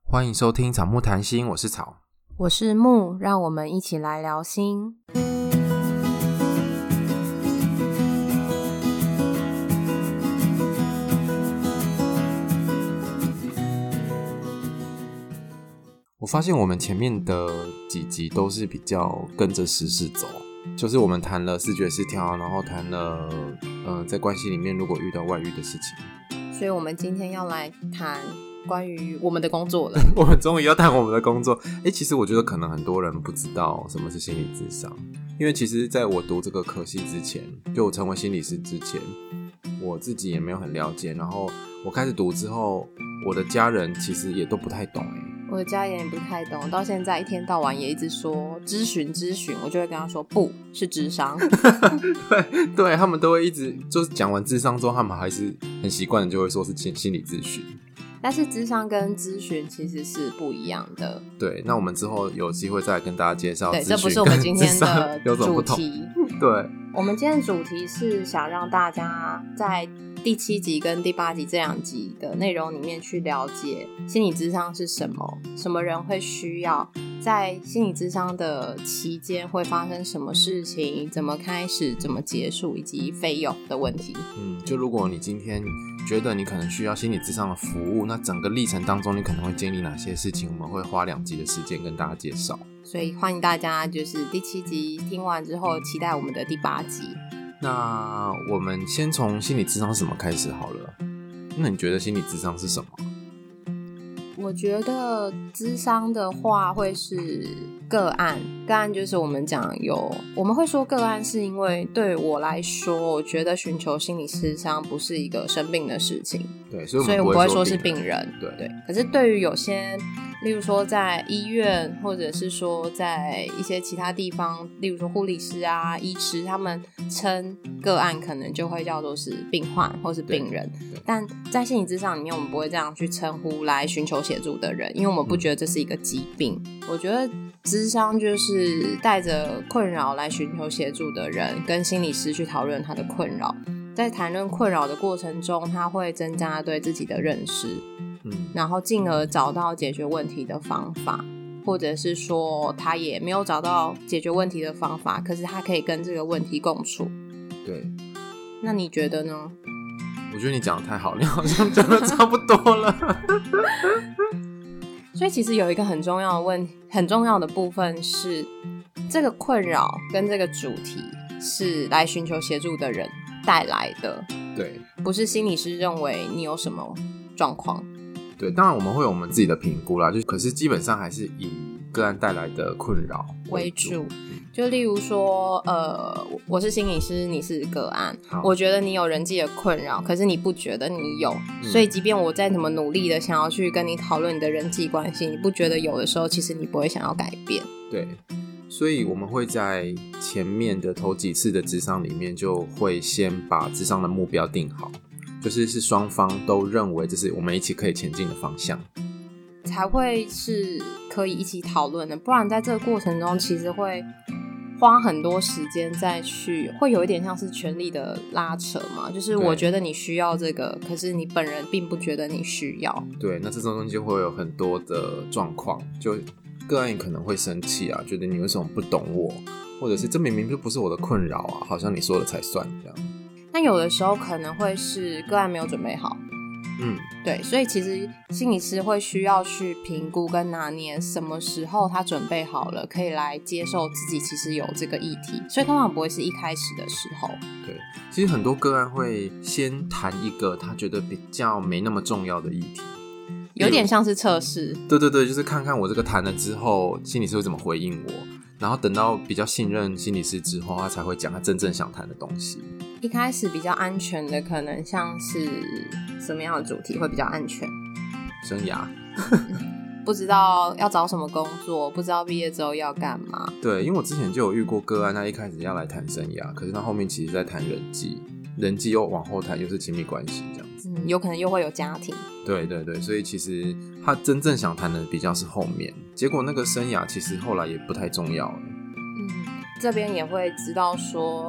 欢迎收听草木谈心，我是草， 我是木，让我们一起来聊心。 我发现我们前面的几集都是比较跟着时事走，就是我们谈了视觉失调，然后谈了在关系里面如果遇到外遇的事情， 所以我们今天要来谈关于我们的工作了。 我们终于要谈我们的工作。其实我觉得可能很多人不知道什么是心理咨商，因为其实在我读这个科系之前，就我成为心理师之前，我自己也没有很了解，然后我开始读之后，我的家人其实也都不太懂。 我的家人也不太懂，到现在一天到晚也一直说咨询，我就会跟他说不是諮商。 对，他们都会一直就是讲完諮商之后，他们还是很习惯的就会说是心理咨询。 但是諮商跟咨询其实是不一样的。 对，那我们之后有机会再来跟大家介绍咨询跟諮商有什么不同。 对，这不是我们今天的主题。 对， 我们今天的主题是想让大家在第7集跟第8集这2集的内容里面去了解心理諮商是什么，什么人会需要，在心理諮商的期间会发生什么事情，怎么开始，怎么结束，以及费用的问题。 就如果你今天觉得你可能需要心理諮商的服务，那整个历程当中你可能会经历哪些事情，我们会花2集的时间跟大家介绍。 所以欢迎大家就是第7集听完之后期待我们的第8集。 那我们先从心理諮商是什么开始好了。那你觉得心理諮商是什么？ 我觉得諮商的话会是个案就是我们讲我们会说个案是因为对我来说，我觉得寻求心理諮商不是一个生病的事情。 对，所以我不会说是病人。 对。 可是对于有些例如说在医院，或者是说在一些其他地方，例如说护理师啊、医师，他们称个案可能就会叫做是病患或是病人。但在心理諮商里面，我们不会这样去称呼来寻求协助的人，因为我们不觉得这是一个疾病。我觉得諮商就是带着困扰来寻求协助的人，跟心理师去讨论他的困扰。在谈论困扰的过程中，他会增加对自己的认识，然后进而找到解决问题的方法，或者是说他也没有找到解决问题的方法，可是他可以跟这个问题共处。对，那你觉得呢？ 我觉得你讲得太好了，你好像讲得差不多了。 所以其实有一个很重要的部分是，这个困扰跟这个主题是来寻求协助的人带来的。对，不是心理师认为你有什么状况。 对，当然我们会有我们自己的评估啦，可是基本上还是以个案带来的困扰为主。 就例如说我是心理师，你是个案，我觉得你有人际的困扰，可是你不觉得你有，所以即便我再怎么努力的想要去跟你讨论你的人际关系，你不觉得有的时候其实你不会想要改变。对， 所以我们会在前面的头几次的諮商里面就会先把諮商的目标定好，就是双方都认为这是我们一起可以前进的方向， 才会是可以一起讨论的。不然在这个过程中其实会花很多时间再去，会有一点像是权力的拉扯嘛，就是我觉得你需要这个，可是你本人并不觉得你需要。对， 那这种东西就会有很多的状况，就个案也可能会生气啊，觉得你为什么不懂我，或者是这明明就不是我的困扰啊，好像你说了才算这样。 那有的时候可能会是个案没有准备好。对，所以其实心理师会需要去评估跟拿捏什么时候他准备好了，可以来接受自己其实有这个议题，所以通常不会是一开始的时候。 对，其实很多个案会先谈一个他觉得比较没那么重要的议题， 有点像是测试。 对，就是看看我这个谈了之后心理师会怎么回应我，然后等到比较信任心理师之后，他才会讲他真正想谈的东西。 一开始比较安全的可能像是什么样的主题会比较安全？ 生涯不知道要找什么工作，不知道毕业之后要干嘛。 对，因为我之前就有遇过个案，他一开始要来谈生涯，可是他后面其实在谈人际又往后谈又是亲密关系这样子。 有可能又会有家庭。 对，所以其实他真正想谈的比较是后面，结果那个生涯其实后来也不太重要了。 这边也会知道说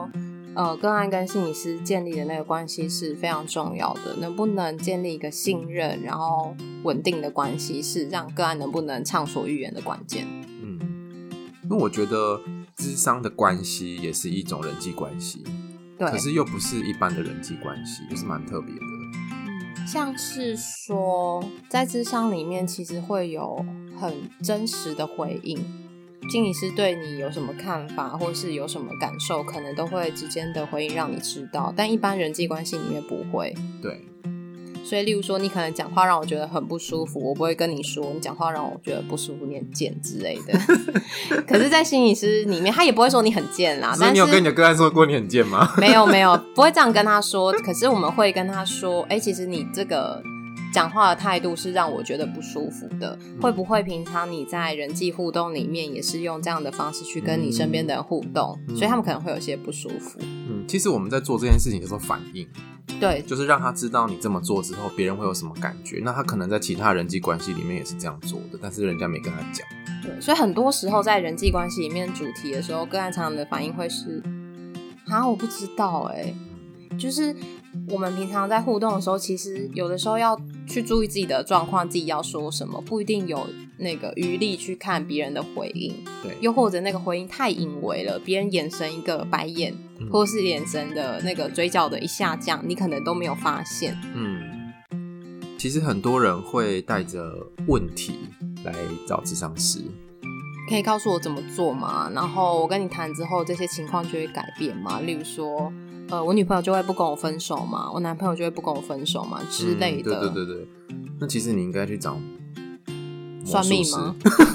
个案跟心理师建立的那个关系是非常重要的，能不能建立一个信任然后稳定的关系是让个案能不能畅所欲言的关键。 因为我觉得諮商的关系也是一种人际关系， 对， 可是又不是一般的人际关系，也是蛮特别的。 像是说在諮商里面其实会有很真实的回应，心理师对你有什么看法或是有什么感受可能都会直接的回应让你知道，但一般人际关系里面不会。 对， 所以例如说你可能讲话让我觉得很不舒服，我不会跟你说你讲话让我觉得不舒服你很贱之类的可是在心理师里面他也不会说你很贱啦， 所以你有跟你的个案说过你很贱吗？ 没有不会这样跟他说，可是我们会跟他说其实你这个讲话的态度是让我觉得不舒服的，会不会平常你在人际互动里面也是用这样的方式去跟你身边的人互动，所以他们可能会有些不舒服。 其实我们在做这件事情叫做反应， 对， 就是让他知道你这么做之后别人会有什么感觉，那他可能在其他人际关系里面也是这样做的，但是人家没跟他讲。 对，所以很多时候在人际关系里面主题的时候，个案常常的反应会是我不知道就是我们平常在互动的时候，其实有的时候要去注意自己的状况，自己要说什么，不一定有那个余力去看别人的回应。 对， 又或者那个回应太隐微了，别人眼神一个白眼，或是眼神的那个嘴角的一下降，你可能都没有发现。 其实很多人会带着问题来找諮商师， 可以告诉我怎么做吗？然后我跟你谈之后，这些情况就会改变吗？例如说我女朋友就会不跟我分手吗？我男朋友就会不跟我分手吗？之类的。 对，那其实你应该去找算命吗？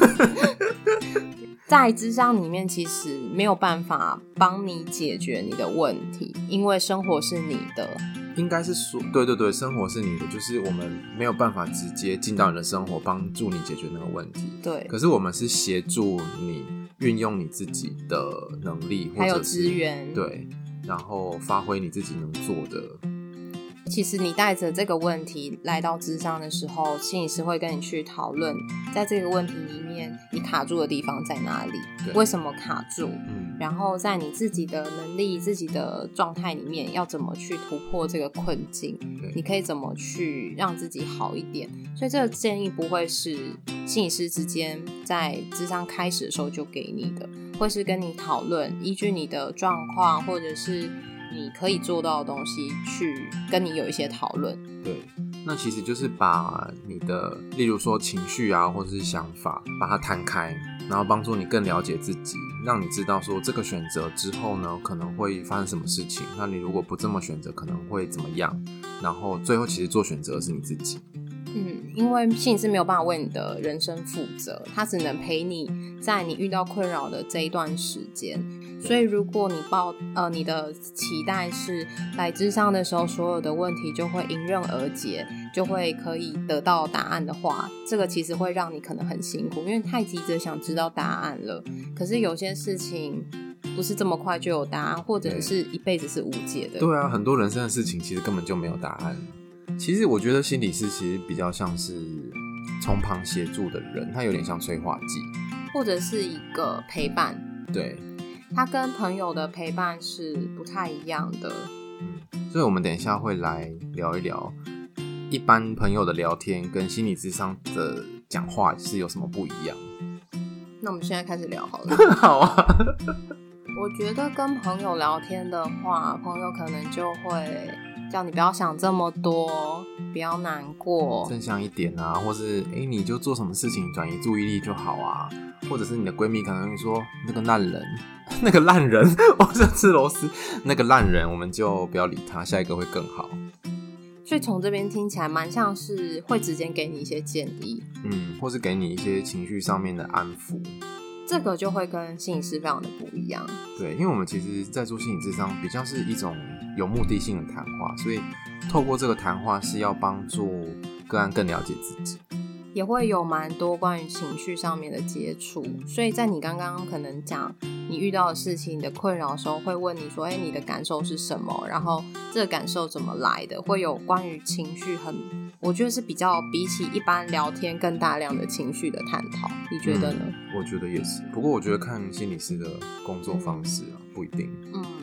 在諮商里面其实没有办法帮你解决你的问题，因为生活是你的。 应该是说对，生活是你的，就是我们没有办法直接进到你的生活帮助你解决那个问题。 对， 可是我们是协助你运用你自己的能力或者是还有资源， 对，然后发挥你自己能做的。 其实你带着这个问题来到諮商的时候，心理师会跟你去讨论在这个问题里面你卡住的地方在哪里，为什么卡住，然后在你自己的能力自己的状态里面要怎么去突破这个困境，你可以怎么去让自己好一点。所以这个建议不会是心理师之间在諮商开始的时候就给你的，会是跟你讨论依据你的状况或者是你可以做到的东西去跟你有一些讨论。 对，那其实就是把你的例如说情绪啊或者是想法把它摊开，然后帮助你更了解自己，让你知道说这个选择之后呢可能会发生什么事情，那你如果不这么选择可能会怎么样，然后最后其实做选择的是你自己。 因为心理师没有办法为你的人生负责，他只能陪你在你遇到困扰的这一段时间。所以如果你的期待是来諮商的时候所有的问题就会迎刃而解，就会可以得到答案的话，这个其实会让你可能很辛苦，因为太急着想知道答案了。可是有些事情不是这么快就有答案，或者是一辈子是无解的。 对啊，很多人生的事情其实根本就没有答案。其实我觉得心理师其实比较像是从旁协助的人，他有点像催化剂，或者是一个陪伴。 对， 他跟朋友的陪伴是不太一样的。 所以我们等一下会来聊一聊一般朋友的聊天跟心理諮商的讲话是有什么不一样。 那我们现在开始聊好了。 好啊。 我觉得跟朋友聊天的话，朋友可能就会叫你不要想这么多，不要难过， 正向一点啊，或是你就做什么事情转移注意力就好啊，或者是你的闺蜜可能跟你说那个烂人那个烂人我是吃螺丝，那个烂人我们就不要理他，下一个会更好。 所以从这边听起来蛮像是会直接给你一些建议， 或是给你一些情绪上面的安抚， 这个就会跟心理师非常的不一样。 对，因为我们其实在做心理諮商比较是一种有目的性的谈话，所以透过这个谈话是要帮助个案更了解自己， 也会有蛮多关于情绪上面的接触。所以在你刚刚可能讲你遇到的事情你的困扰的时候，会问你说你的感受是什么，然后这个感受怎么来的，会有关于情绪我觉得是比较比起一般聊天更大量的情绪的探讨，你觉得呢？ 我觉得也是，不过我觉得看心理师的工作方式不一定。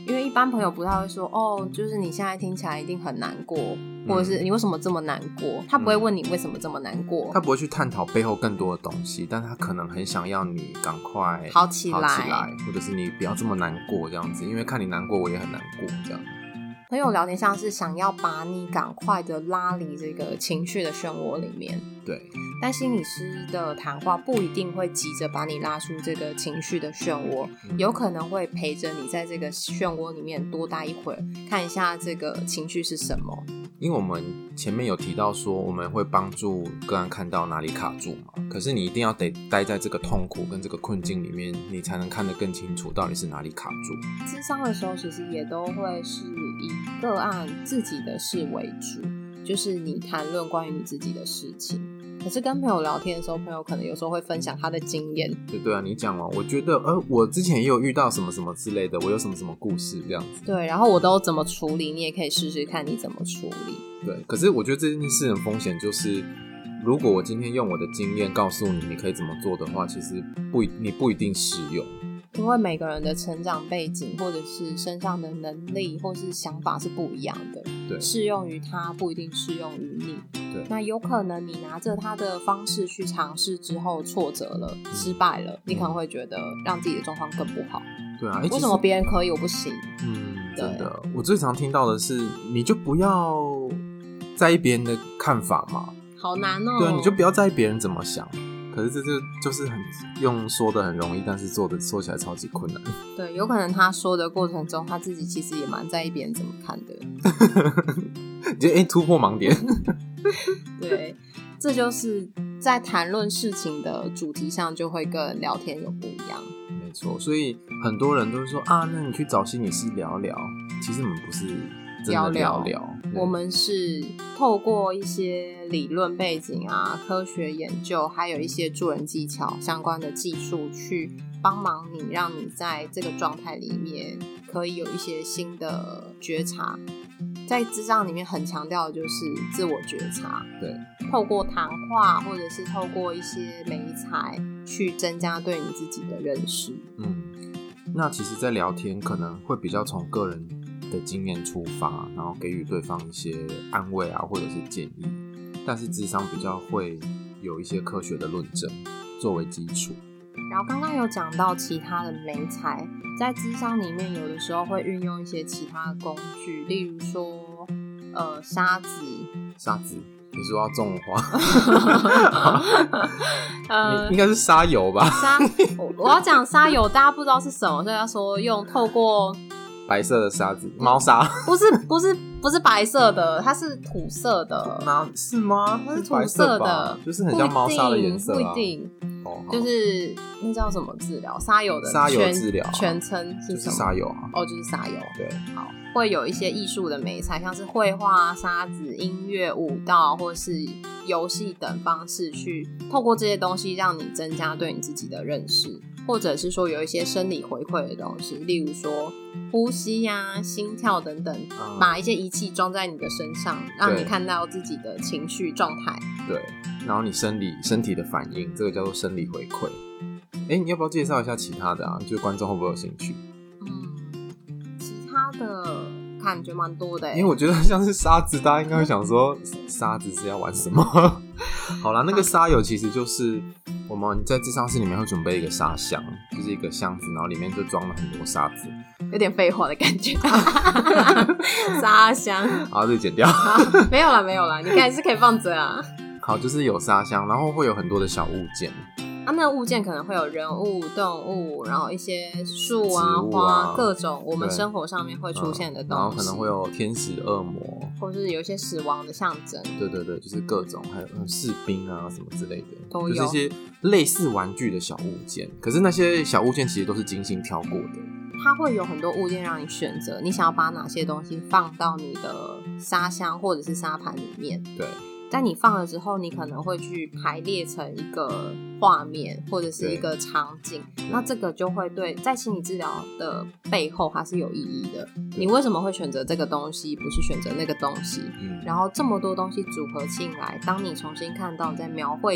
因为一般朋友不太会说哦，就是你现在听起来一定很难过，或者是你为什么这么难过，他不会问你为什么这么难过， 他不会去探讨背后更多的东西，但他可能很想要你赶快好起来， 或者是你不要这么难过这样子，因为看你难过我也很难过这样。 朋友聊天像是想要把你赶快的拉离这个情绪的漩涡里面， 对， 但心理师的谈话不一定会急着把你拉出这个情绪的漩涡，有可能会陪着你在这个漩涡里面多待一会儿，看一下这个情绪是什么。 因为我们前面有提到说我们会帮助个案看到哪里卡住嘛，可是你一定要得待在这个痛苦跟这个困境里面，你才能看得更清楚到底是哪里卡住。 諮商的时候其实也都会是以个案自己的事为主，就是你谈论关于你自己的事情。可是跟朋友聊天的时候，朋友可能有时候会分享他的经验。 对啊，你讲哦，我觉得我之前也有遇到什么什么之类的，我有什么什么故事这样子。 对，然后我都怎么处理，你也可以试试看你怎么处理。 对，可是我觉得这件事的风险就是，如果我今天用我的经验告诉你你可以怎么做的话，其实你不一定适用。 因为每个人的成长背景或者是身上的能力或是想法是不一样的， 对， 适用于他不一定适用于你。 对， 那有可能你拿着他的方式去尝试之后挫折了，失败了，你可能会觉得让自己的状况更不好。 对啊， 为什么别人可以我不行？ 真的，我最常听到的是你就不要在意别人的看法嘛。 好难哦。 对，你就不要在意别人怎么想。可是这就是很说的很容易，但是做起来超级困难。 对，有可能他说的过程中，他自己其实也蛮在意别人怎么看的。 你就突破盲点。 对，这就是在谈论事情的主题上就会跟聊天有不一样。 没错，所以很多人都会说啊，那你去找心理师聊聊。其实我们不是真的聊， 我们是透过一些理论背景啊、科学研究，还有一些助人技巧相关的技术，去帮忙你，让你在这个状态里面可以有一些新的觉察。在諮商里面很强调的就是自我觉察， 对， 透过谈话或者是透过一些媒材去增加对你自己的认识。 那其实在聊天可能会比较从个人的经验出发，然后给予对方一些安慰啊或者是建议，但是諮商比较会有一些科学的论证作为基础。 然后刚刚有讲到其他的媒材，在諮商里面有的时候会运用一些其他的工具，例如说沙子，你说要种花应该是沙油吧。 我要讲沙油大家不知道是什么，所以要说用透过白色的沙子，猫砂。 不是白色的，它是土色的。 是吗？ 它是土色的， 就是很像猫砂的颜色啊。 不一定。就是那叫什么治疗？沙油的沙油治疗全称是什么？ 就是沙油啊。 就是沙油。 对， 好，会有一些艺术的媒材，像是绘画、沙子、音乐、舞蹈或是游戏等方式，去透过这些东西让你增加对你自己的认识，或者是说有一些生理回馈的东西，例如说呼吸啊、心跳等等，把一些仪器装在你的身上，让你看到自己的情绪状态。 对，然后你身体的反应，这个叫做生理回馈。你要不要介绍一下其他的啊？就是观众会不会有兴趣？ 其他的感觉蛮多的， 因为我觉得像是沙子，大家应该会想说沙子是要玩什么？好啦，那个沙油其实就是我们在諮商室里面会准备一个沙箱，就是一个箱子，然后里面就装了很多沙子， 有点废话的感觉。沙箱， 好，这里剪掉。 没有啦，你还是可以放着啊。 好，就是有沙箱，然后会有很多的小物件。 那个物件可能会有人物、动物，然后一些树啊、 植物花，各种我们生活上面会出现的东西。 然后可能会有天使、恶魔， 或是有一些死亡的象征。 对，就是各种，还有士兵啊什么之类的， 都有， 就是一些类似玩具的小物件。可是那些小物件其实都是精心挑过的。 它会有很多物件让你选择，你想要把哪些东西放到你的沙箱或者是沙盘里面。 对。 在你放了之后，你可能会去排列成一个画面或者是一个场景，那这个就会对在心理治疗的背后它是有意义的。你为什么会选择这个东西，不是选择那个东西？然后这么多东西组合进来，当你重新看到在描绘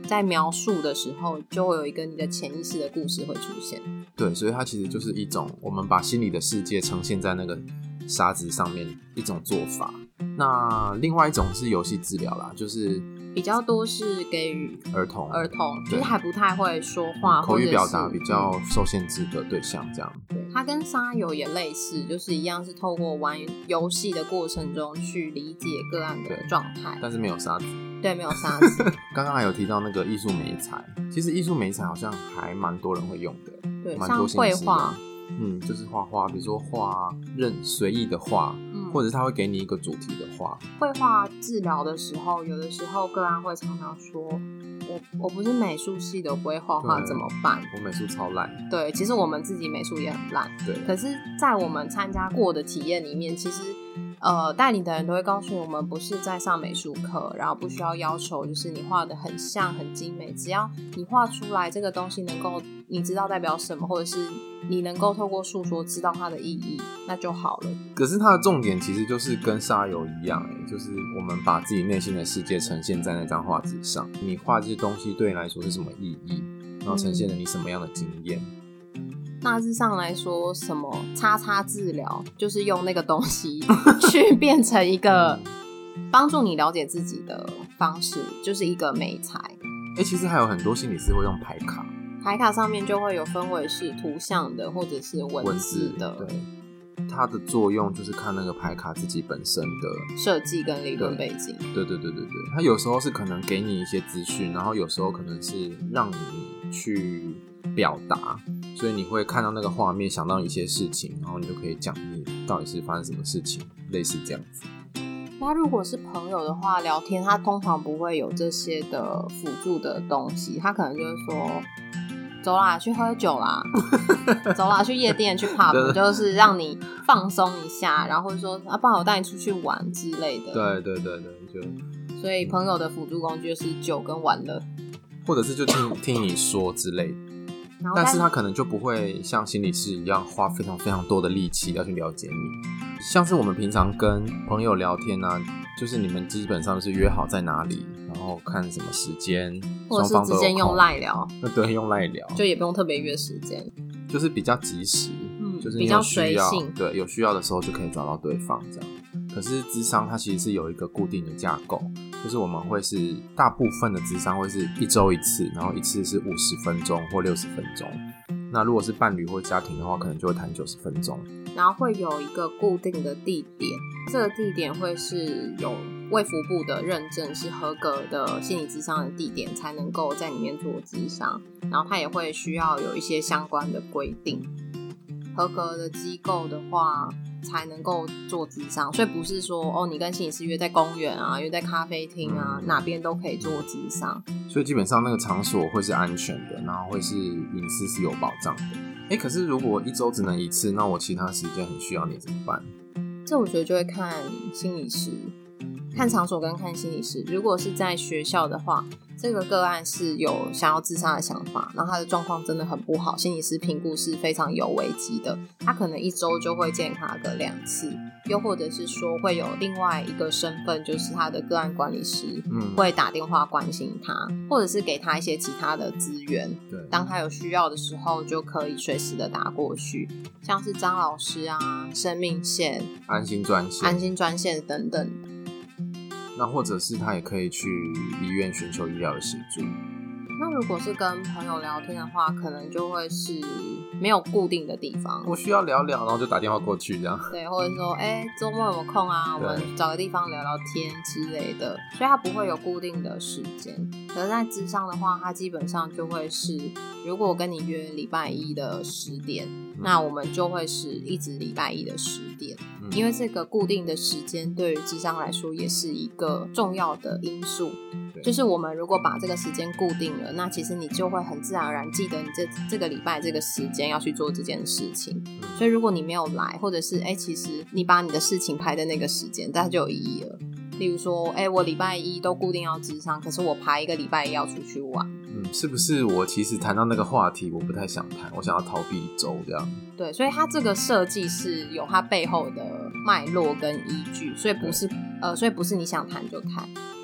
在描述的时候就会有一个你的潜意识的故事会出现。 对，所以它其实就是一种我们把心理的世界呈现在那个沙子上面一种做法。那另外一种是游戏治疗啦，就是比较多是给予儿童就是还不太会说话， 口语表达比较受限制的对象这样。 对，它跟沙游也类似，就是一样是透过玩游戏的过程中去理解个案的状态， 但是没有沙子。 对，没有沙子。 刚刚还有提到那个艺术媒材，其实艺术媒材好像还蛮多人会用的， 对， 蛮多像绘画， 就是画画，比如说画随意的画，或者是他会给你一个主题的画。 绘画治疗的时候，有的时候个案会常常说，我不是美术系的，我不会画画怎么办？ 我美术超烂。 对，其实我们自己美术也很烂。 对， 可是在我们参加过的体验里面，其实带领的人都会告诉我们，不是在上美术课，然后不需要要求就是你画的很像很精美，只要你画出来这个东西能够你知道代表什么，或者是你能够透过诉说知道它的意义，那就好了。 可是它的重点其实就是跟沙游一样，就是我们把自己内心的世界呈现在那张画纸上，你画这些东西对你来说是什么意义，然后呈现了你什么样的经验。 大致上来说，什么叉叉治疗就是用那个东西去变成一个帮助你了解自己的方式，就是一个媒材。 其实还有很多心理师会用牌卡， 牌卡上面就会有分为是图像的或者是文字的。 对，它的作用就是看那个牌卡自己本身的设计跟理论背景。 对，它有时候是可能给你一些资讯，然后有时候可能是让你去表达，所以你会看到那个画面，想到一些事情，然后你就可以讲你到底是发生什么事情，类似这样子。 那如果是朋友的话，聊天他通常不会有这些的辅助的东西，他可能就是说走啦去喝酒啦走啦去夜店去 pub 就是让你放松一下，然后或者说不然我带你出去玩之类的。 对就所以朋友的辅助工具就是酒跟玩乐， 或者是就听你说之类的。但是他可能就不会像心理师一样花非常非常多的力气要去了解你。像是我们平常跟朋友聊天啊，就是你们基本上是约好在哪里，然后看什么时间， 或者是直接用 LINE 聊。 对，用 LINE 聊， 就也不用特别约时间， 就是比较及时，就是你比较随性， 对，有需要的时候就可以找到对方这样。可是諮商它其实是有一个固定的架构，就是我们会是大部分的諮商会是1周1次，然后一次是50分钟或60分钟。那如果是伴侣或家庭的话，可能就会谈90分钟。 然后会有一个固定的地点，这个地点会是有卫福部的认证是合格的心理諮商的地点，才能够在里面做諮商。然后它也会需要有一些相关的规定，合格的机构的话才能够做諮商，所以不是说你跟心理师约在公园啊，约在咖啡厅啊，哪边都可以做諮商。 所以基本上那个场所会是安全的，然后会是隐私是有保障的。可是如果1周只能1次，那我其他时间很需要你怎么办？ 这我觉得就会看心理师，看场所跟看心理师。如果是在学校的话，这个个案是有想要自杀的想法，然后他的状况真的很不好，心理师评估是非常有危机的，他可能1周就会见他个2次，又或者是说会有另外一个身份，就是他的个案管理师会打电话关心他，或者是给他一些其他的资源，当他有需要的时候就可以随时的打过去，像是张老师啊、生命线、 安心专线等等。 那或者是他也可以去医院寻求医疗的协助。 那如果是跟朋友聊天的话，可能就会是没有固定的地方， 我需要聊聊，然后就打电话过去这样。 对，或者说周末有没有空啊，我们找个地方聊聊天之类的，所以它不会有固定的时间。可是在諮商的话，它基本上就会是，如果我跟你约礼拜一的10点，那我们就会是一直礼拜一的10点，因为这个固定的时间对于諮商来说也是一个重要的因素。就是我们如果把这个时间固定了，那其实你就会很自然而然记得你这个礼拜这个时间要去做这件事情。所以如果你没有来，或者是其实你把你的事情排在那个时间，它就有意义了。例如说我礼拜一都固定要諮商，可是我排一个礼拜一要出去玩， 是不是我其实谈到那个话题我不太想谈，我想要逃避1周这样。 对，所以它这个设计是有它背后的脉络跟依据，所以不是你想谈就谈。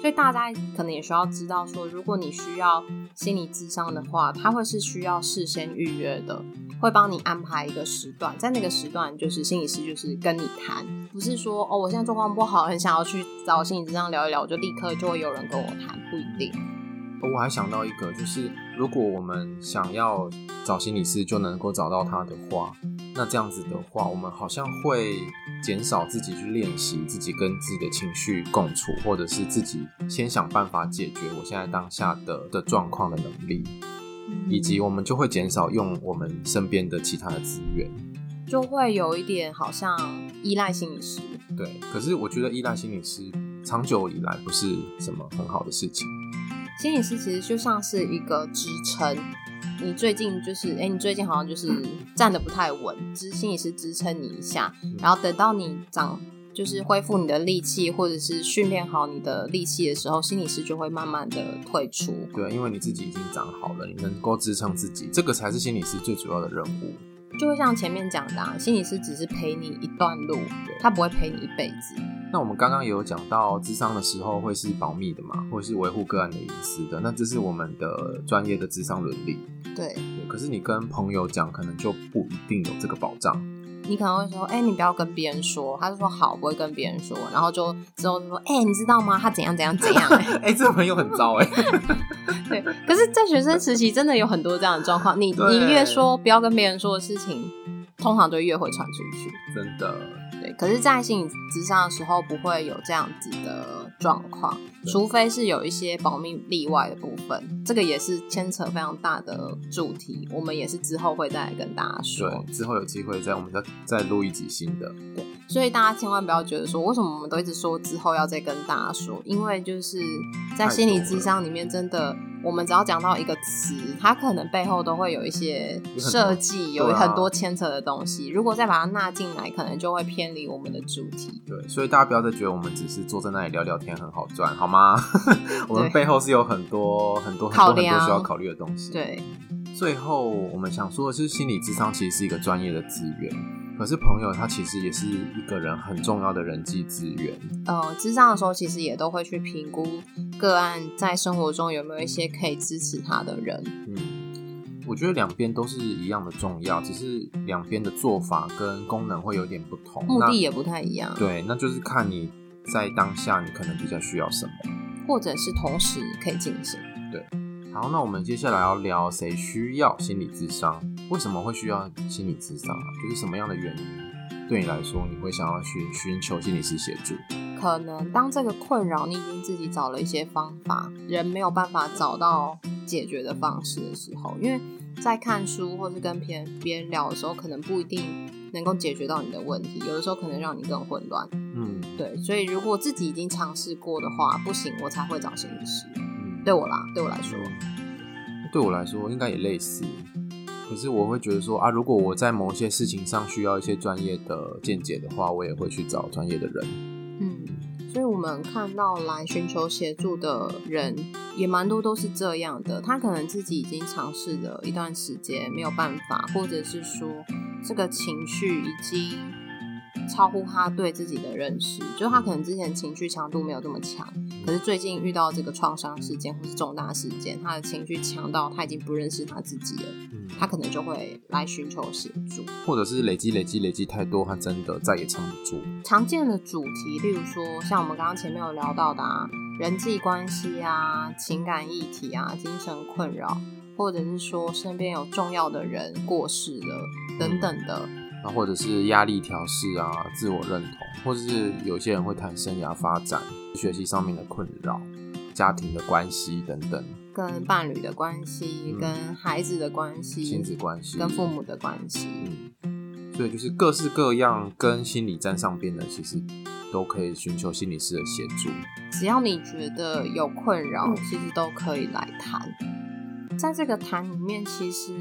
所以大家可能也需要知道说，如果你需要心理咨商的话，它会是需要事先预约的，会帮你安排一个时段，在那个时段就是心理师就是跟你谈，不是说我现在状况不好，很想要去找心理咨商聊一聊，我就立刻就会有人跟我谈，不一定。 我还想到一个，就是如果我们想要找心理师就能够找到他的话，那这样子的话，我们好像会减少自己去练习自己跟自己的情绪共处，或者是自己先想办法解决我现在当下的状况的能力，以及我们就会减少用我们身边的其他的资源， 就会有一点好像依赖心理师。 对，可是我觉得依赖心理师长久以来不是什么很好的事情。 心理师其实就像是一个支撑，你最近就是你最近好像就是站得不太稳，心理师支撑你一下，然后等到你就是恢复你的力气，或者是训练好你的力气的时候，心理师就会慢慢的退出。对， 因为你自己已经长好了，你能够支撑自己，这个才是心理师最主要的任务。 就会像前面讲的心理师只是陪你一段路，他不会陪你一辈子。 那我们刚刚也有讲到諮商的时候会是保密的嘛，或是维护个案的隐私的，那这是我们的专业的諮商伦理。 对， 可是你跟朋友讲可能就不一定有这个保障。 你可能会说你不要跟别人说，他就说好，不会跟别人说，然后就之后就说你知道吗他怎样怎样怎样这个朋友很糟对，可是在学生时期真的有很多这样的状况，你越说不要跟别人说的事情，通常就越会传出去， 真的。 对，可是在心理諮商的时候不会有这样子的状况，除非是有一些保密例外的部分，这个也是牵扯非常大的主题，我们也是之后会再来跟大家说。 对，之后有机会我们再录一集新的。 对，所以大家千万不要觉得说为什么我们都一直说之后要再跟大家说，因为就是在心理諮商里面真的我们只要讲到一个词，它可能背后都会有一些设计，有很多牵扯的东西，如果再把它纳进来，可能就会偏离我们的主题。 对，所以大家不要再觉得我们只是坐在那里聊聊天很好赚，好吗？我们背后是有很多需要考虑的东西。 对， 最后我们想说的是，心理諮商其实是一个专业的资源，可是朋友他其实也是一个人很重要的人际资源。 諮商的时候其实也都会去评估个案在生活中有没有一些可以支持他的人。 我觉得两边都是一样的重要，只是两边的做法跟功能会有点不同， 目的也不太一样。 对，那就是看你在当下你可能比较需要什么， 或者是同时可以进行。 对，好，那我们接下来要聊谁需要心理諮商，为什么会需要心理諮商就是什么样的原因对你来说你会想要寻求心理师协助？ 可能当这个困扰你已经自己找了一些方法，人没有办法找到解决的方式的时候，因为在看书或是跟别人聊的时候，可能不一定能够解决到你的问题，有的时候可能让你更混乱。对，所以如果自己已经尝试过的话，不行我才会找心理师。对我来说， 对我来说应该也类似。可是我会觉得说如果我在某些事情上需要一些专业的见解的话，我也会去找专业的人。 所以我们看到来寻求协助的人也蛮多都是这样的，他可能自己已经尝试了一段时间没有办法，或者是说这个情绪已经超乎他对自己的认识，就是他可能之前情绪强度没有这么强，可是最近遇到这个创伤事件或是重大事件，他的情绪强到他已经不认识他自己了，他可能就会来寻求协助， 或者是累积太多，他真的再也撑不住。 常见的主题例如说像我们刚刚前面有聊到的人际关系情感议题精神困扰，或者是说身边有重要的人过世了等等的， 或者是压力调试自我认同，或者是有些人会谈生涯发展、学习上面的困扰、家庭的关系等等， 跟伴侣的关系、跟孩子的关系、 亲子关系、 跟父母的关系。 所以就是各式各样跟心理沾上边的，其实都可以寻求心理师的协助。 只要你觉得有困扰，其实都可以来谈。在这个谈里面，其实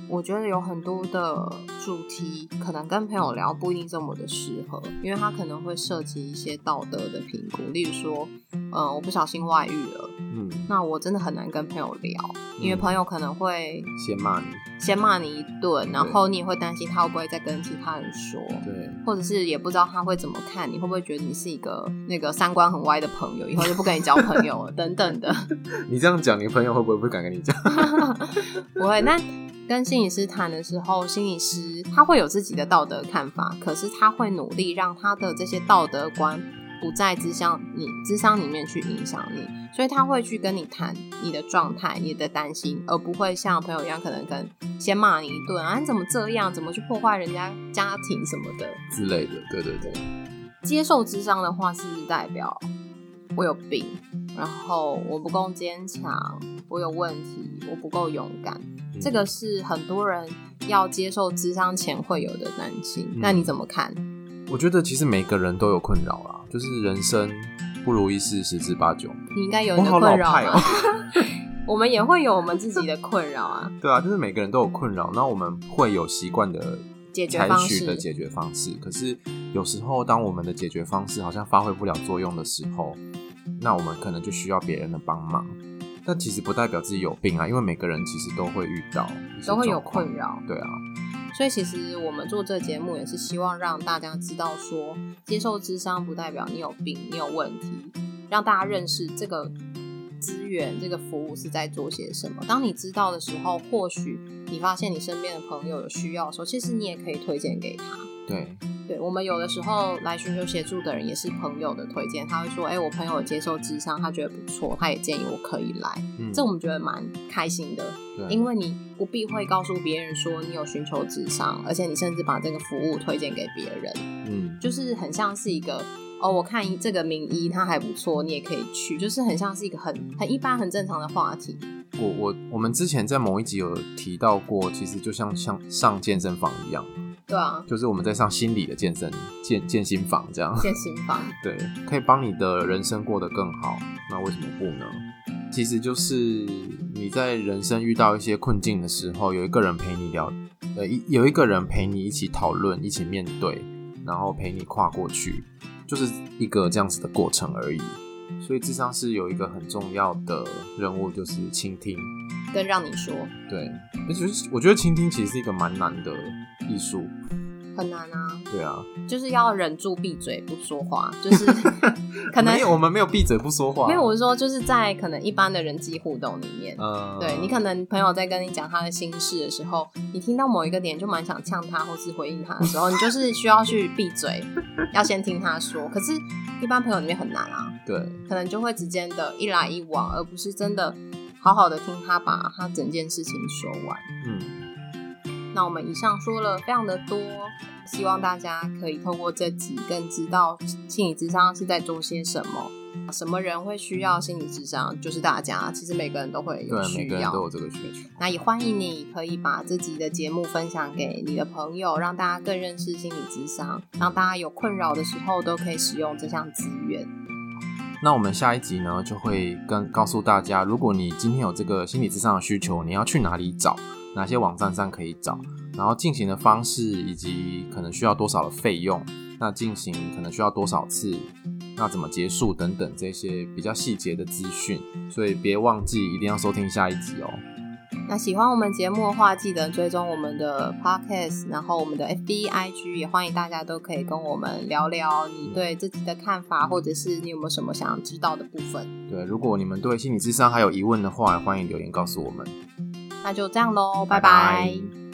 我觉得有很多的主题可能跟朋友聊不一定这么的适合，因为它可能会涉及一些道德的评估，例如说我不小心外遇了，那我真的很难跟朋友聊，因为朋友可能会先骂你一顿，然后你也会担心他会不会再跟其他人说， 对， 或者是也不知道他会怎么看你，会不会觉得你是一个那个三观很歪的朋友，以后就不跟你交朋友了等等的。 你这样讲，你朋友会不会敢跟你讲？ 不会。那跟心理师谈的时候，心理师他会有自己的道德看法，可是他会努力让他的这些道德观不在諮商里面去影响你，所以他会去跟你谈你的状态、你的担心，而不会像朋友一样可能先骂你一顿啊，你怎么这样，怎么去破坏人家家庭什么的之类的。对对对。接受諮商的话是代表我有病，然后我不够坚强，我有问题，我不够勇敢，这个是很多人要接受諮商前会有的担心。那你怎么看？ 我觉得其实每个人都有困扰啦，就是人生不如意事十之八九。 你应该有你的困扰吧？ 我好老派哦。 我们也会有我们自己的困扰啊。 对啊，就是每个人都有困扰，那我们会有习惯的采取的解决方式，可是有时候当我们的解决方式好像发挥不了作用的时候，那我们可能就需要别人的帮忙。但其实不代表自己有病啊，因为每个人其实都会遇到一些状况，都会有困扰。对啊， 所以其实我们做这个节目也是希望让大家知道说，接受諮商不代表你有病，你有问题，让大家认识这个资源，这个服务是在做些什么。当你知道的时候，或许你发现你身边的朋友有需要的时候，其实你也可以推荐给他。对，我们有的时候来寻求协助的人也是朋友的推荐，他会说我朋友有接受諮商，他觉得不错，他也建议我可以来。这我们觉得蛮开心的，因为你不避讳告诉别人说你有寻求諮商，而且你甚至把这个服务推荐给别人。就是很像是一个我看这个名医他还不错，你也可以去，就是很像是一个很一般很正常的话题。 我们之前在某一集有提到过，其实就像上健身房一样。 对啊， 就是我们在上心理的健心房这样。 健心房。对， 可以帮你的人生过得更好，那为什么不呢？其实就是你在人生遇到一些困境的时候，有一个人陪你有一个人陪你一起讨论，一起面对，然后陪你跨过去，就是一个这样子的过程而已。所以諮商是有一个很重要的任务，就是倾听跟让你说。对， 而且我觉得倾听其实是一个蛮难的艺术。 很难啊。 对啊， 就是要忍住闭嘴不说话，就是可能我们没有闭嘴不说话。 没有，我是说就是在可能一般的人际互动里面，对，你可能朋友在跟你讲他的心事的时候，你听到某一个点就蛮想呛他或是回应他的时候，你就是需要去闭嘴，要先听他说。可是一般朋友里面很难啊。对，可能就会直接的一来一往，而不是真的好好的听他把他整件事情说完。那我们以上说了非常的多，希望大家可以透过这集更知道心理諮商是在做些什么，什么人会需要心理諮商，就是大家，其实每个人都会有需要，对，每个人都有这个需求。那也欢迎你可以把这集的节目分享给你的朋友，让大家更认识心理諮商，让大家有困扰的时候都可以使用这项资源。 那我们下一集呢，就会告诉大家，如果你今天有这个心理諮商的需求，你要去哪里找，哪些网站上可以找，然后进行的方式，以及可能需要多少的费用，那进行可能需要多少次，那怎么结束等等这些比较细节的资讯，所以别忘记一定要收听下一集哦。 那喜欢我们节目的话，记得追踪我们的 podcast， 然后我们的 FB、IG， 也欢迎大家都可以跟我们聊聊你对自己的看法，或者是你有没有什么想要知道的部分。 对，如果你们对心理諮商还有疑问的话，欢迎留言告诉我们。 那就这样咯，拜拜。